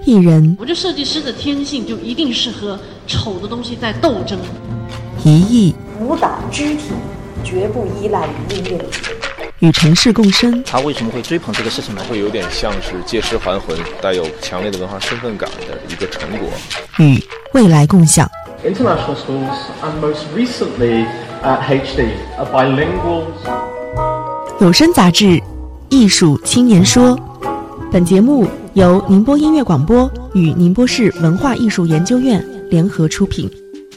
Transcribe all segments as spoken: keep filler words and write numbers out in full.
艺人， 我觉得设计师的天性就一定是和丑的东西在斗争。 一艺， 舞蹈肢体绝不依赖于音乐， 与城市共生。 他为什么会追捧这个事情呢？会有点像是借尸还魂，带有强烈的文化身份感的一个成果。 与未来共享。 International schools and most recently at H D are bilingual. 有声杂志《艺术青年说》，本节目由宁波音乐广播与宁波市文化艺术研究院联合出品。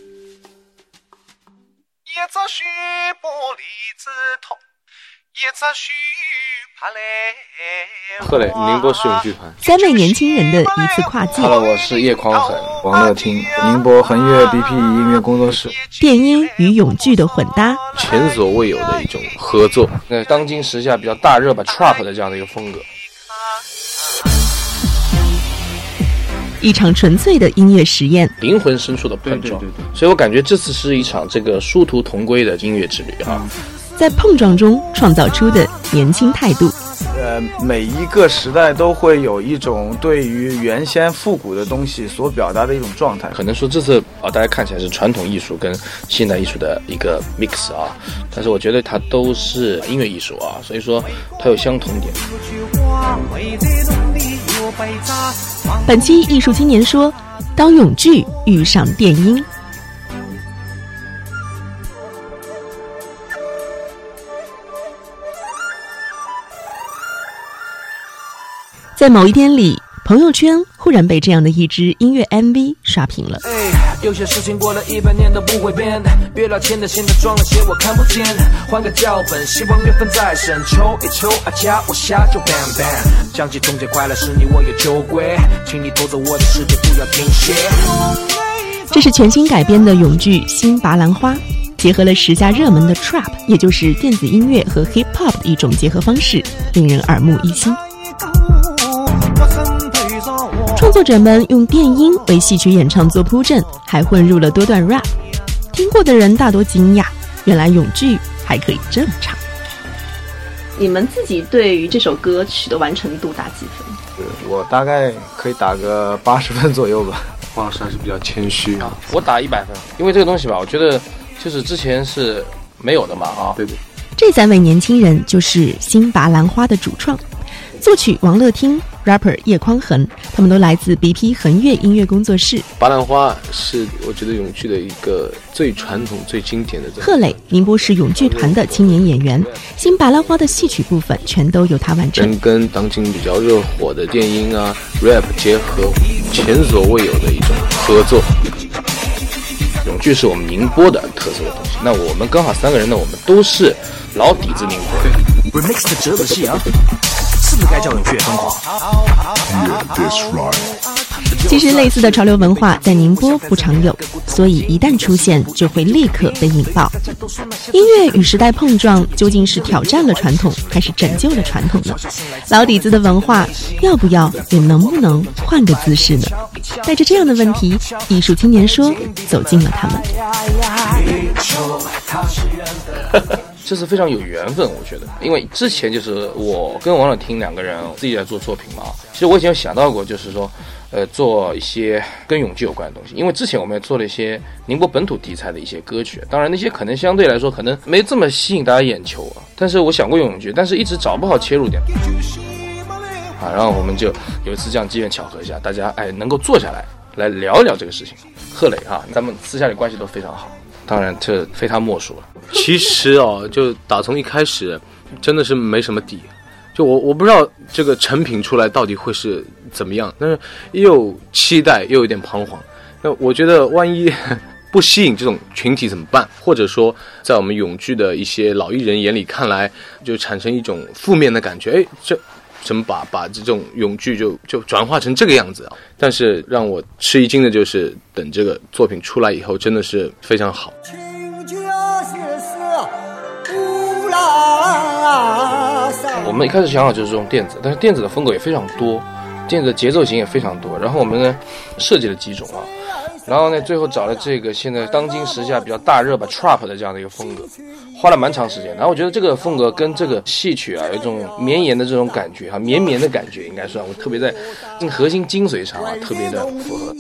贺磊，宁波市咏剧团， 三位年轻人的一次跨界。 Hello， 我是叶匡衡，王乐听，宁波恒乐 B P 音乐工作室。 电音与咏剧的混搭， 前所未有的一种合作。那当今时下比较大热吧 trap 的这样的一个风格。 一场纯粹的音乐实验， 灵魂深处的碰撞。对对对对，所以我感觉这次是一场这个殊途同归的音乐之旅啊。 在碰撞中创造出的年轻态度。 呃，每一个时代都会有一种对于原先复古的东西所表达的一种状态。 可能说这次啊，大家看起来是传统艺术跟现代艺术的一个 mix 啊，但是我觉得它都是音乐艺术啊，所以说它有相同点。 本期艺术青年说，当咏剧遇上电音。在某一天里，朋友圈忽然被这样的一支音乐 M V 刷屏了。 有些事情过了一百年都不会变，月老前的现在装了些我看不见，换个脚本，希望缘分再生，求一求啊加我下就 bang bang， 讲起中间快乐是你我有酒鬼，请你夺走我的世界不要停歇。 这是全新改编的咏剧《新拔兰花》，结合了时下热门的 trap， 也就是电子音乐和 hip hop 的一种结合方式，令人耳目一新。创作者们用电音为戏曲演唱做铺阵，还混入了多段 rap， 听过的人大多惊讶，原来咏剧还可以这么唱。 你们自己对于这首歌曲的完成度打几分？ 我大概可以打个八十分左右吧。 王老师还是比较谦虚啊，我打一百分，因为这个东西吧，我觉得就是之前是没有的嘛啊。对对。 这三位年轻人就是新拔兰花的主创，作曲王乐听 ，rapper 叶匡衡，他们都来自 B P 恒乐音乐工作室。 拔兰花是我觉得咏剧的一个最传统、最经典的。 贺磊，宁波市咏剧团的青年演员，新拔兰花的戏曲部分全都由他完成。 跟当今比较热火的电音啊、rap 结合，前所未有的一种合作。咏剧是我们宁波的特色的东西，那我们刚好三个人呢，我们都是老底子宁波。 remix 的折子戏啊，是不是该叫咏剧疯狂？ 其实类似的潮流文化在宁波不常有，所以一旦出现就会立刻被引爆。音乐与时代碰撞，究竟是挑战了传统，还是拯救了传统呢？老底子的文化要不要也能不能换个姿势呢？带着这样的问题，艺术青年说走进了他们。 这是非常有缘分，我觉得，因为之前就是我跟王乐听两个人自己在做作品嘛，其实我以前有想到过，就是说呃，做一些跟咏剧有关的东西，因为之前我们也做了一些宁波本土题材的一些歌曲，当然那些可能相对来说可能没这么吸引大家眼球啊，但是我想过咏剧，但是一直找不好切入点啊，然后我们就有一次这样机缘巧合一下，大家哎能够坐下来来聊一聊这个事情。贺磊啊，咱们私下里关系都非常好，当然这非他莫属了。 其实哦，就打从一开始真的是没什么底，就我我不知道这个成品出来到底会是怎么样，但是又有期待又有点彷徨。那我觉得万一不吸引这种群体怎么办？或者说在我们咏剧的一些老艺人眼里看来，就产生一种负面的感觉，哎，这怎么把把这种咏剧就就转化成这个样子啊？但是让我吃一惊的就是，等这个作品出来以后，真的是非常好。我们一开始想好就是用电子，但是电子的风格也非常多，电子的节奏型也非常多。然后我们呢设计了几种啊， 然后呢，最后找了这个现在当今时下比较大热吧 trap 的这样的一个风格，花了蛮长时间。然后我觉得这个风格跟这个戏曲啊有一种绵延的这种感觉哈，绵绵的感觉应该算，我特别在核心精髓上啊特别的符合。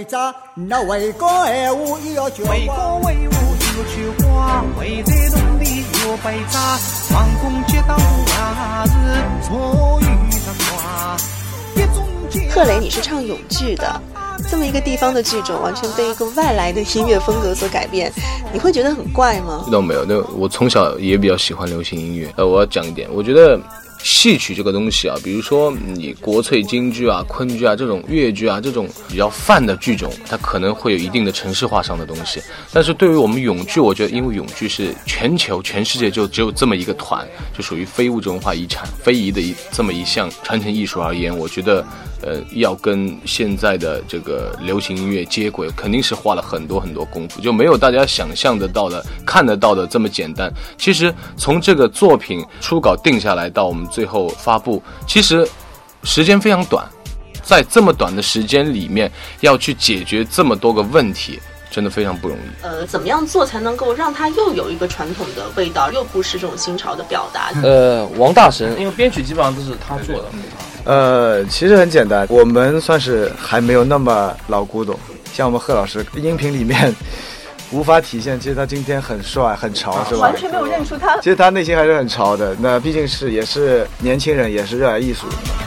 贺磊，你是唱咏剧的，这么一个地方的剧种完全被一个外来的音乐风格所改变，你会觉得很怪吗？ 这倒没有，那我从小也比较喜欢流行音乐。呃，我要讲一点，我觉得戏曲这个东西啊，比如说你国粹京剧啊、昆剧啊这种粤剧啊这种比较泛的剧种，它可能会有一定的城市化上的东西。但是对于我们咏剧，我觉得因为咏剧是全球全世界就只有这么一个团，就属于非物质文化遗产、非遗的一这么一项传承艺术而言，我觉得呃要跟现在的这个流行音乐接轨，肯定是花了很多很多功夫，就没有大家想象得到的、看得到的这么简单。其实从这个作品初稿定下来到我们最后发布，其实时间非常短，在这么短的时间里面要去解决这么多个问题，真的非常不容易。 呃，怎么样做才能够让它又有一个传统的味道，又不是这种新潮的表达？ 呃，王大神，因为编曲基本上都是他做的。 呃，其实很简单，我们算是还没有那么老古董，像我们贺老师音频里面无法体现，其实他今天很帅很潮，是吧？ 完全没有认出他。 其实他内心还是很潮的，那毕竟是也是年轻人，也是热爱艺术。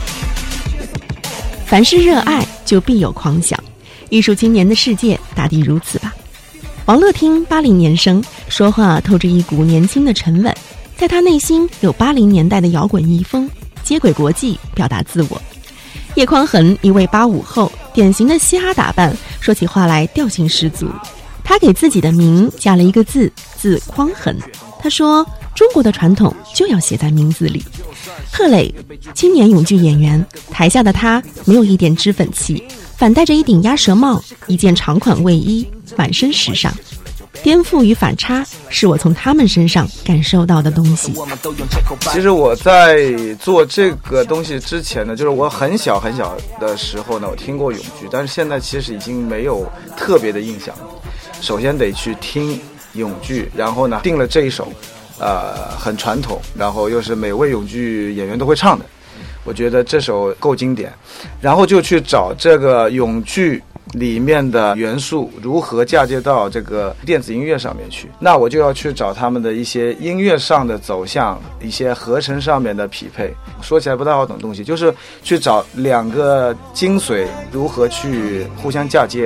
凡是热爱就必有狂想，艺术青年的世界大抵如此吧。王乐听八零年生，说话透着一股年轻的沉稳，在他内心有八零年代的摇滚遗风，接轨国际，表达自我。叶匡衡一位八五后，典型的嘻哈打扮，说起话来调性十足。他给自己的名加了一个字，字匡衡。他说中国的传统就要写在名字里。贺磊，青年咏剧演员，台下的他没有一点脂粉气，反戴着一顶鸭舌帽，一件长款卫衣，满身时尚。颠覆与反差是我从他们身上感受到的东西。 其实我在做这个东西之前呢，就是我很小很小的时候呢，我听过咏剧，但是现在其实已经没有特别的印象。首先得去听咏剧，然后呢定了这一首呃很传统，然后又是每位咏剧演员都会唱的，我觉得这首够经典，然后就去找这个咏剧里面的元素如何嫁接到这个电子音乐上面去，那我就要去找他们的一些音乐上的走向，一些合成上面的匹配。说起来不太好懂东西，就是去找两个精髓如何去互相嫁接。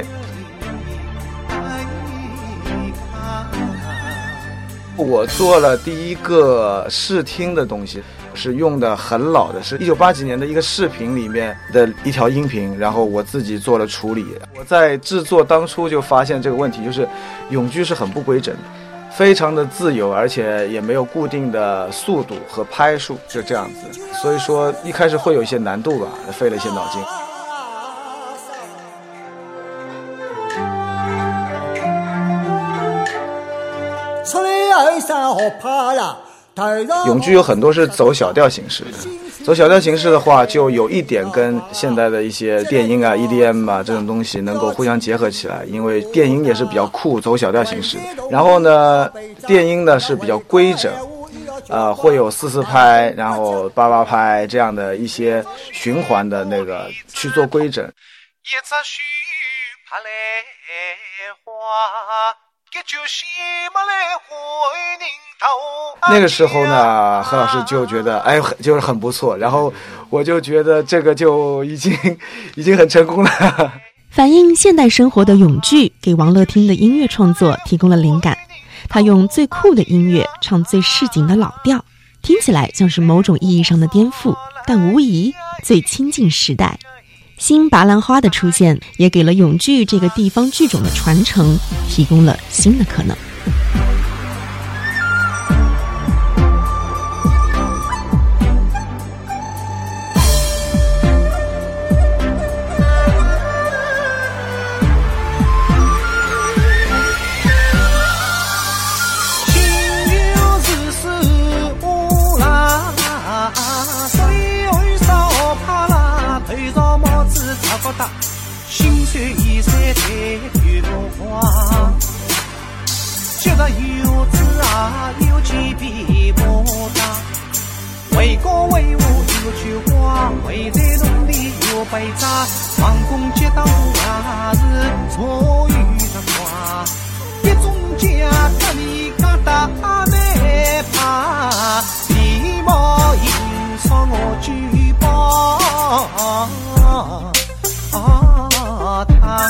我做了第一个试听的东西，是用的很老的，是一九八几年的一个视频里面的一条音频，然后我自己做了处理。我在制作当初就发现这个问题，就是咏剧是很不规整，非常的自由，而且也没有固定的速度和拍数，就这样子。所以说一开始会有一些难度吧，费了一些脑筋。咏剧有很多是走小调形式的，走小调形式的话，就有一点跟现代的一些电音啊、E D M 啊这种东西能够互相结合起来，因为电音也是比较酷，走小调形式的。然后呢，电音呢是比较规整，呃，会有四四拍，然后八八拍这样的一些循环的那个去做规整。那个时候呢，何老师就觉得哎，就是很不错，然后我就觉得这个就已经已经很成功了。 反映现代生活的咏剧给王乐听的音乐创作提供了灵感，他用最酷的音乐唱最市井的老调，听起来像是某种意义上的颠覆，但无疑最亲近时代。新拔兰花的出现也给了咏剧这个地方剧种的传承提供了新的可能。 心酸已在在月光，觉得游子啊有几笔不大。为国为我有句话，为在农里有百扎，王公街道啊是错遇的花，一种家他你嘎达没怕，礼貌应上我举报他。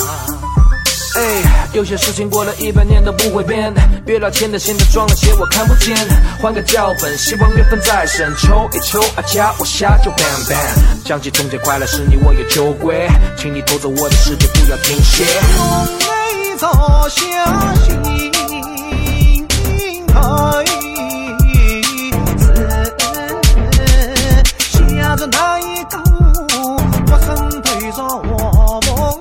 哎，有些事情过了一百年都不会变，月老牵的线都装了鞋我看不见，换个脚本，希望缘分再生，求一求啊加我下就 bang bang， 讲起中间快乐是你我有酒鬼，请你偷走我的世界不要停歇， 用泪照下心头下着那一个我很对着我梦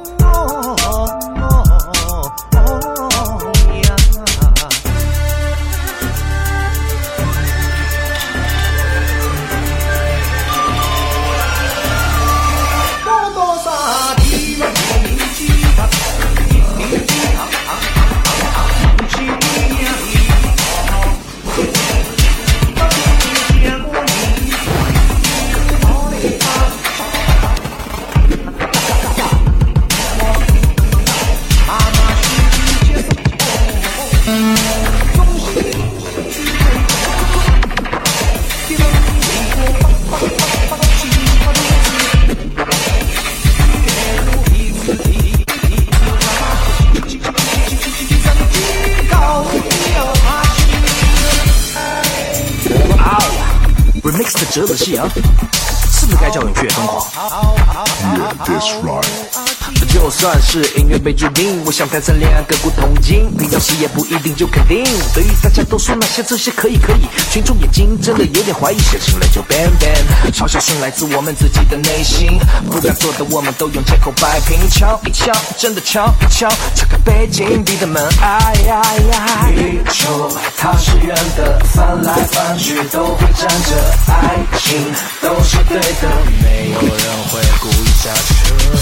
remix 的折子戏啊，是不是该叫永剧疯狂 ？Yeah, that's right。 就算是音乐被注定，我想谈成两个不同金，你要是也不一定就肯定。对于大家都说那些这些可以可以，群众眼睛真的有点怀疑，写成了就 bang bang。嘲笑声来自我们自己的内心，不该做的我们都用借口摆平。敲一敲，真的敲一敲，敲开北京逼的门，哎呀呀！地球它是圆的，翻来翻去都会站着，爱情都是对的，没有人会故意下车。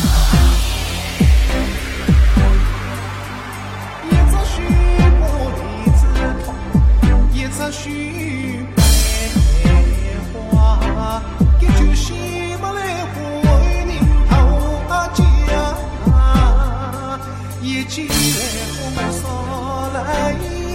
这许梅花，一句希望来为您头啊家，一季来红烧来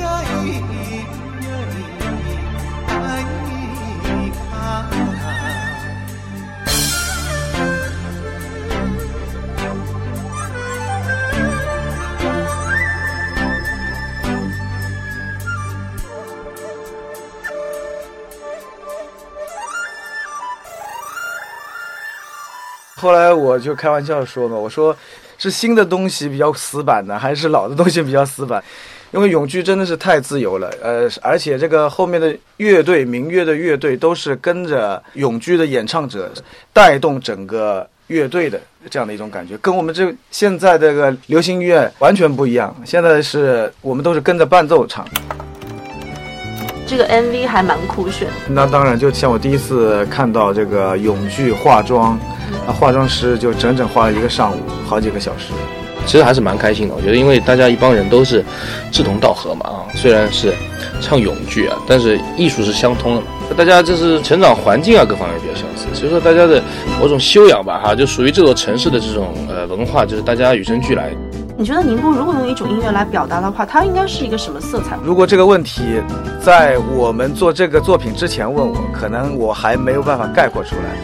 后来我就开玩笑说嘛，我说是新的东西比较死板呢，还是老的东西比较死板？因为永剧真的是太自由了，呃，而且这个后面的乐队、民乐的乐队都是跟着永剧的演唱者带动整个乐队的这样的一种感觉，跟我们这现在这个流行音乐完全不一样。现在是我们都是跟着伴奏唱。 这个 M V 还蛮酷炫的。 那当然，就像我第一次看到这个永剧化妆，啊，化妆师就整整化了一个上午，好几个小时。 其实还是蛮开心的，我觉得，因为大家一帮人都是志同道合嘛，啊，虽然是唱永剧啊，但是艺术是相通的嘛，大家就是成长环境啊各方面比较相似，所以说大家的某种修养吧，哈，就属于这座城市的这种呃文化，就是大家与生俱来。 你觉得宁波如果用一种音乐来表达的话，它应该是一个什么色彩？ 如果这个问题在我们做这个作品之前问我，可能我还没有办法概括出来。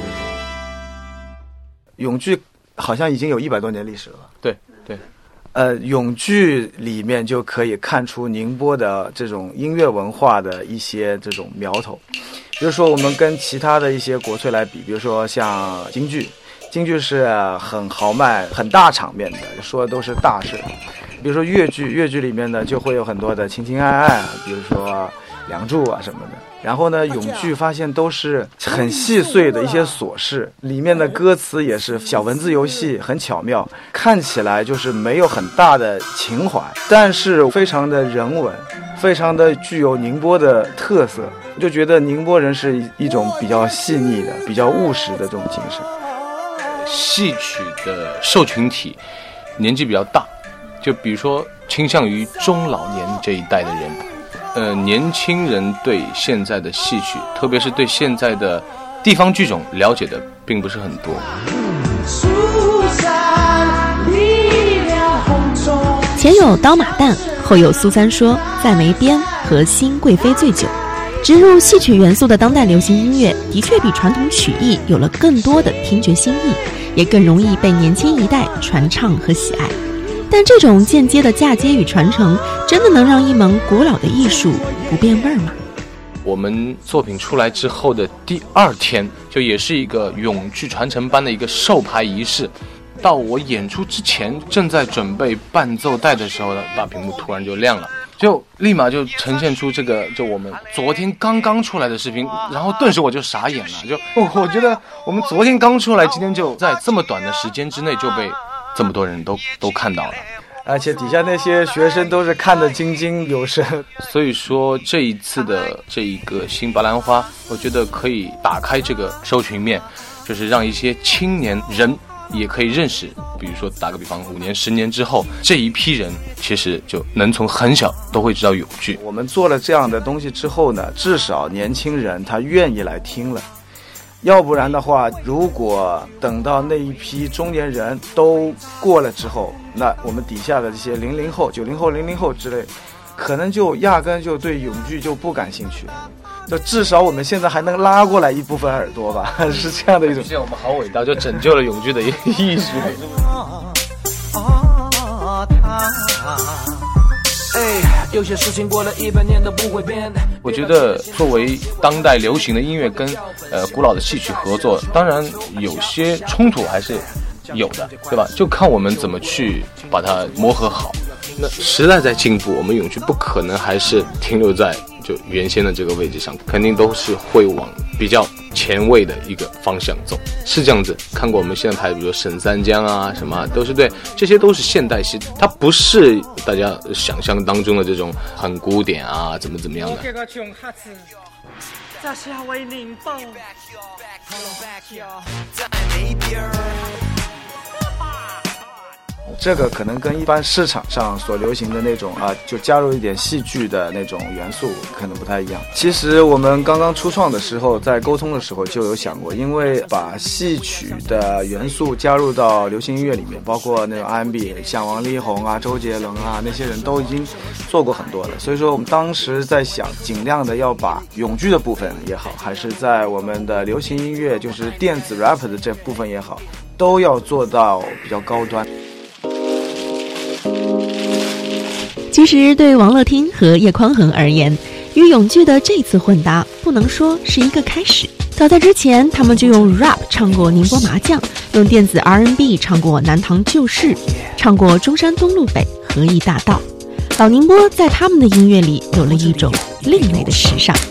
永剧好像已经有一百多年历史了吧？ 对对。 呃，永剧里面就可以看出宁波的这种音乐文化的一些这种苗头。比如说我们跟其他的一些国粹来比，比如说像京剧，京剧是很豪迈、很大场面的，说的都是大事。比如说粤剧，粤剧里面呢就会有很多的情情爱爱，比如说梁祝啊什么的。然后呢，永剧发现都是很细碎的一些琐事，里面的歌词也是小文字游戏，很巧妙，看起来就是没有很大的情怀，但是非常的人文，非常的具有宁波的特色。我就觉得宁波人是一种比较细腻的、比较务实的这种精神。 戏曲的受群体年纪比较大，就比如说倾向于中老年这一代的人，呃，年轻人对现在的戏曲，特别是对现在的地方剧种了解的并不是很多。 前有刀马旦，后有苏三说、在梅边和新贵妃醉酒，植入戏曲元素的当代流行音乐的确比传统曲艺有了更多的听觉新意，也更容易被年轻一代传唱和喜爱。但这种间接的嫁接与传承，真的能让一门古老的艺术不变味儿吗？ 我们作品出来之后的第二天，就也是一个永剧传承班的一个授牌仪式。到我演出之前，正在准备伴奏带的时候呢，大屏幕突然就亮了，就立马就呈现出这个就我们昨天刚刚出来的视频，然后顿时我就傻眼了，就我觉得我们昨天刚出来，今天就在这么短的时间之内就被这么多人都都看到了， 而且底下那些学生都是看得津津有声。 所以说这一次的这一个新白兰花，我觉得可以打开这个受群面，就是让一些青年人也可以认识，比如说打个比方，五年十年之后，这一批人其实就能从很小都会知道咏剧。 我们做了这样的东西之后呢，至少年轻人他愿意来听了，要不然的话，如果等到那一批中年人都过了之后，那我们底下的这些零零后、九零后、零零后之类，可能就压根就对咏剧就不感兴趣。就至少我们现在还能拉过来一部分耳朵吧，是这样的一种。 我们好伟大，就拯救了咏剧的一个艺术。 有些事情过了一百年都不会变。 我觉得作为当代流行的音乐跟呃古老的戏曲合作，当然有些冲突还是有的，对吧？就看我们怎么去把它磨合好。那时代在进步，我们咏剧不可能还是停留在就原先的这个位置上，肯定都是会往比较前卫的一个方向走，是这样子。看过我们现在拍的，比如说沈三江啊什么，都是对，这些都是现代戏，它不是大家想象当中的这种很古典啊怎么怎么样的。 这是为您报。 这个可能跟一般市场上所流行的那种啊，就加入一点戏剧的那种元素可能不太一样。其实我们刚刚初创的时候，在沟通的时候就有想过，因为把戏曲的元素加入到流行音乐里面，包括那种 R and B， 像王力宏啊、周杰伦啊，那些人都已经做过很多了。所以说我们当时在想，尽量的要把咏剧的部分也好，还是在我们的流行音乐，就是电子 rap 的这部分也好，都要做到比较高端。 其实对王乐汀和叶匡衡而言，与咏剧的这次混搭不能说是一个开始，早在之前他们就用 rap 唱过宁波麻将，用电子 R and B 唱过南唐旧事，唱过中山东路北和义大道。老宁波在他们的音乐里有了一种另类的时尚。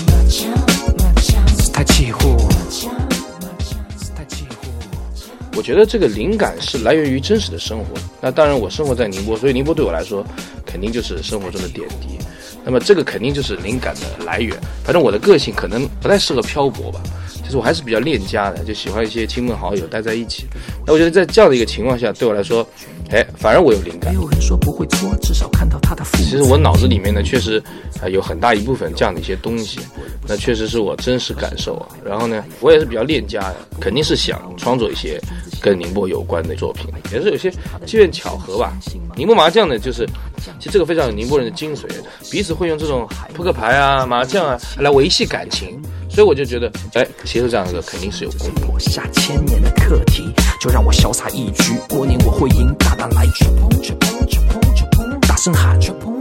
我觉得这个灵感是来源于真实的生活。那当然我生活在宁波，所以宁波对我来说肯定就是生活中的点滴，那么这个肯定就是灵感的来源。反正我的个性可能不太适合漂泊吧，就是我还是比较恋家的，就喜欢一些亲朋好友待在一起。那我觉得在这样的一个情况下，对我来说，哎，反而我有灵感。 没有人说不会错，至少看到他的父母。 其实我脑子里面呢，确实呃有很大一部分这样的一些东西，那确实是我真实感受啊。然后呢，我也是比较恋家的，肯定是想创作一些跟宁波有关的作品，也是有些机缘巧合吧。宁波麻将呢，就是其实这个非常有宁波人的精髓，彼此会用这种扑克牌啊、麻将啊来维系感情。所以我就觉得，哎，其实这样一个肯定是有功果。 下千年的课题，就让我潇洒一局。过年我会赢，大胆来去，大声喊。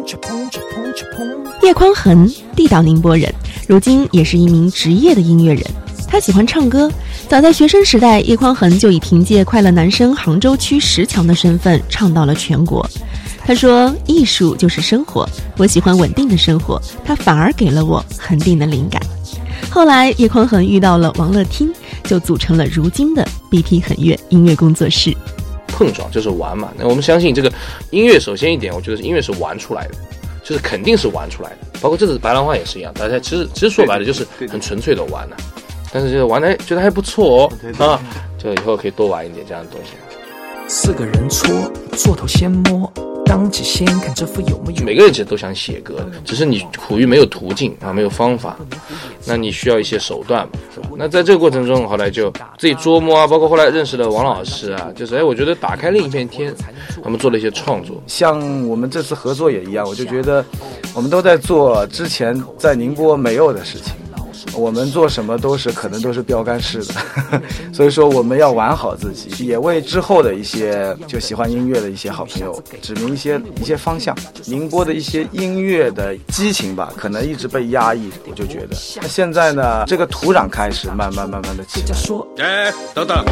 叶匡衡，地道宁波人，如今也是一名职业的音乐人。他喜欢唱歌，早在学生时代，叶匡衡就以凭借快乐男声杭州区十强的身份唱到了全国。他说：“艺术就是生活，我喜欢稳定的生活，它反而给了我恒定的灵感。”后来，叶匡衡遇到了王乐汀，就组成了如今的 B P 很乐音乐工作室。 碰撞就是玩嘛，那我们相信这个音乐，首先一点，我觉得音乐是玩出来的，就是肯定是玩出来的。包括这次白兰花也是一样，大家其实其实说白了就是很纯粹的玩呢、啊。但是就是玩的觉得还不错哦啊， 就以后可以多玩一点这样的东西。 四个人搓，做头先摸，当即先看这副有没有。 每个人其实都想写歌的，只是你苦于没有途径啊，没有方法，那你需要一些手段嘛，是吧？那在这个过程中，后来就自己琢磨啊，包括后来认识了王老师啊，就是哎，我觉得打开另一片天，我们做了一些创作。 像我们这次合作也一样，我就觉得我们都在做之前在宁波没有的事情。我们做什么都是可能都是标杆式的，所以说我们要玩好自己，也为之后的一些就喜欢音乐的一些好朋友指明一些一些方向。宁波的一些音乐的激情吧，可能一直被压抑，我就觉得那现在呢，这个土壤开始慢慢慢慢的起来。 哎，等等。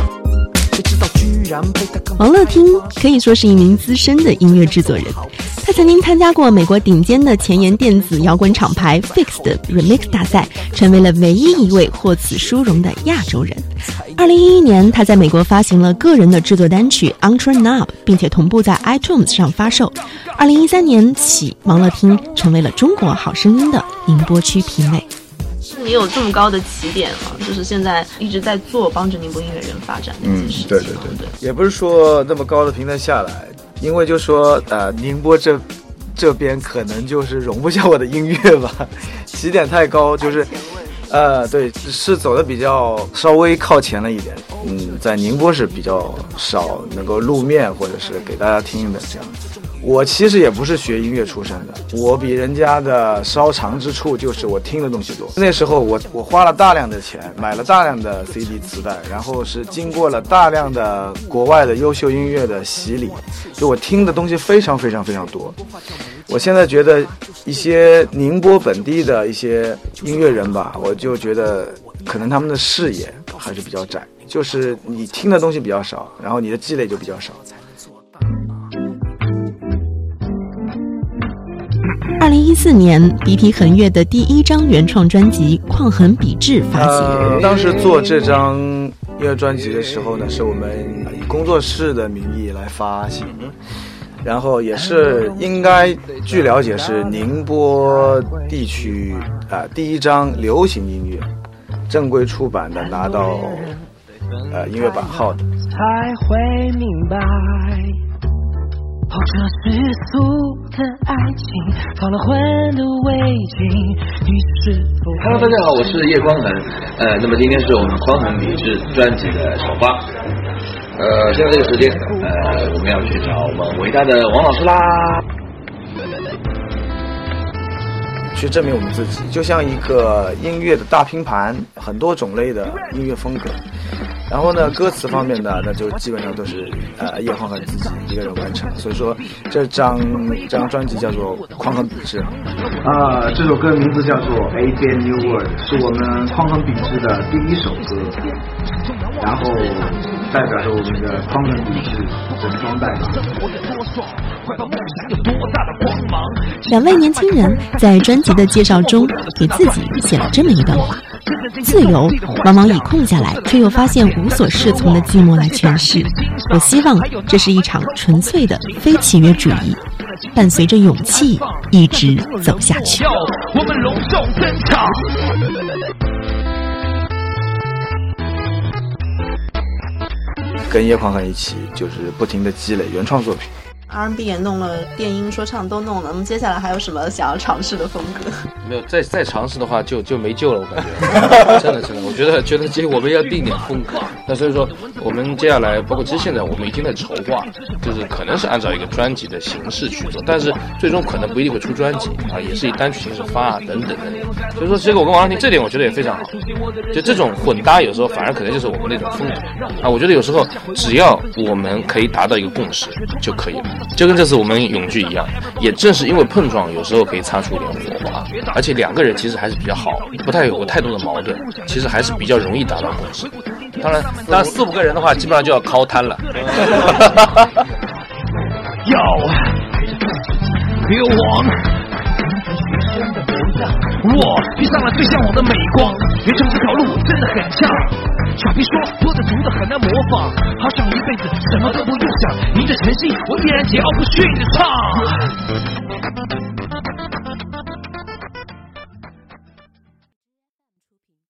王乐听可以说是一名资深的音乐制作人，他曾经参加过美国顶尖的前沿电子摇滚厂牌 Fix 的 Remix 大赛，成为了唯一一位获此殊荣的亚洲人。二零一一年，他在美国发行了个人的制作单曲 Ultra Knob， 并且同步在 iTunes 上发售。二零一三年起，王乐听成为了中国好声音的宁波区评委。 你有这么高的起点啊，就是现在一直在做帮着宁波音乐人发展的嗯，对对对对，也不是说那么高的平台下来，因为就说呃，宁波这这边可能就是容不下我的音乐吧，起点太高，就是呃，对，是走的比较稍微靠前了一点。嗯，在宁波是比较少能够露面或者是给大家听的这样子。我其实也不是学音乐出身的，我比人家的稍长之处就是我听的东西多。那时候我我花了大量的钱买了大量的 C D 磁带，然后是经过了大量的国外的优秀音乐的洗礼，就我听的东西非常非常非常多。我现在觉得一些宁波本地的一些音乐人吧，我就觉得可能他们的视野还是比较窄，就是你听的东西比较少，然后你的积累就比较少。 二零一四年，鼻涕横越的第一张原创专辑《旷恒笔志》发行。 呃、当时做这张音乐专辑的时候呢，是我们以工作室的名义来发行，然后也是应该据了解是宁波地区啊、呃、第一张流行音乐正规出版的拿到呃音乐版号的。 才会明白。后这世俗的爱情放了魂的味精，你是否 Hello， 大家好，我是叶匡衡。呃，那么今天是我们匡衡笔志专辑的首发。呃，现在这个时间，呃，我们要去找我们伟大的王老师啦， 去证明我们自己，就像一个音乐的大拼盘，很多种类的音乐风格。然后呢，歌词方面呢，那就基本上都是呃叶匡衡自己一个人完成。所以说，这张这张专辑叫做《匡衡笔志》啊、呃，这首歌名字叫做《A Game New World》，是我们匡衡笔志的第一首歌，然后代表着我们的匡衡笔志整装待发。 两位年轻人在专辑的介绍中给自己写了这么一段话：自由往往以空下来却又发现无所适从的寂寞来诠释。我希望这是一场纯粹的非契约主义，伴随着勇气一直走下去。 我们隆重登场。 跟叶匡衡一起，就是不停的积累原创作品。 R and B 也弄了，电音说唱都弄了，我们接下来还有什么想要尝试的风格？ 没有，再再尝试的话就就没救了，我感觉。真的真的，我觉得觉得这我们要定点风格。那所以说，我们接下来包括其实现在我们已经在筹划，就是可能是按照一个专辑的形式去做，但是最终可能不一定会出专辑啊，也是以单曲形式发啊等等等等。所以说，这个我跟王浪婷这点我觉得也非常好，就这种混搭有时候反而可能就是我们那种风格啊。我觉得有时候只要我们可以达到一个共识就可以了。就跟这次我们永聚一样，也正是因为碰撞，有时候可以擦出一点火花，而且两个人其实还是比较好，不太有太多的矛盾，其实还是比较容易达到共识。当然，当然四五个人的话，基本上就要靠摊了。 有流亡。我遇上了最向往的美光，原创这条路真的很长。小皮说多的读的很难模仿，好想一辈子什么都不用想，迎着晨曦我依然桀骜不驯的唱。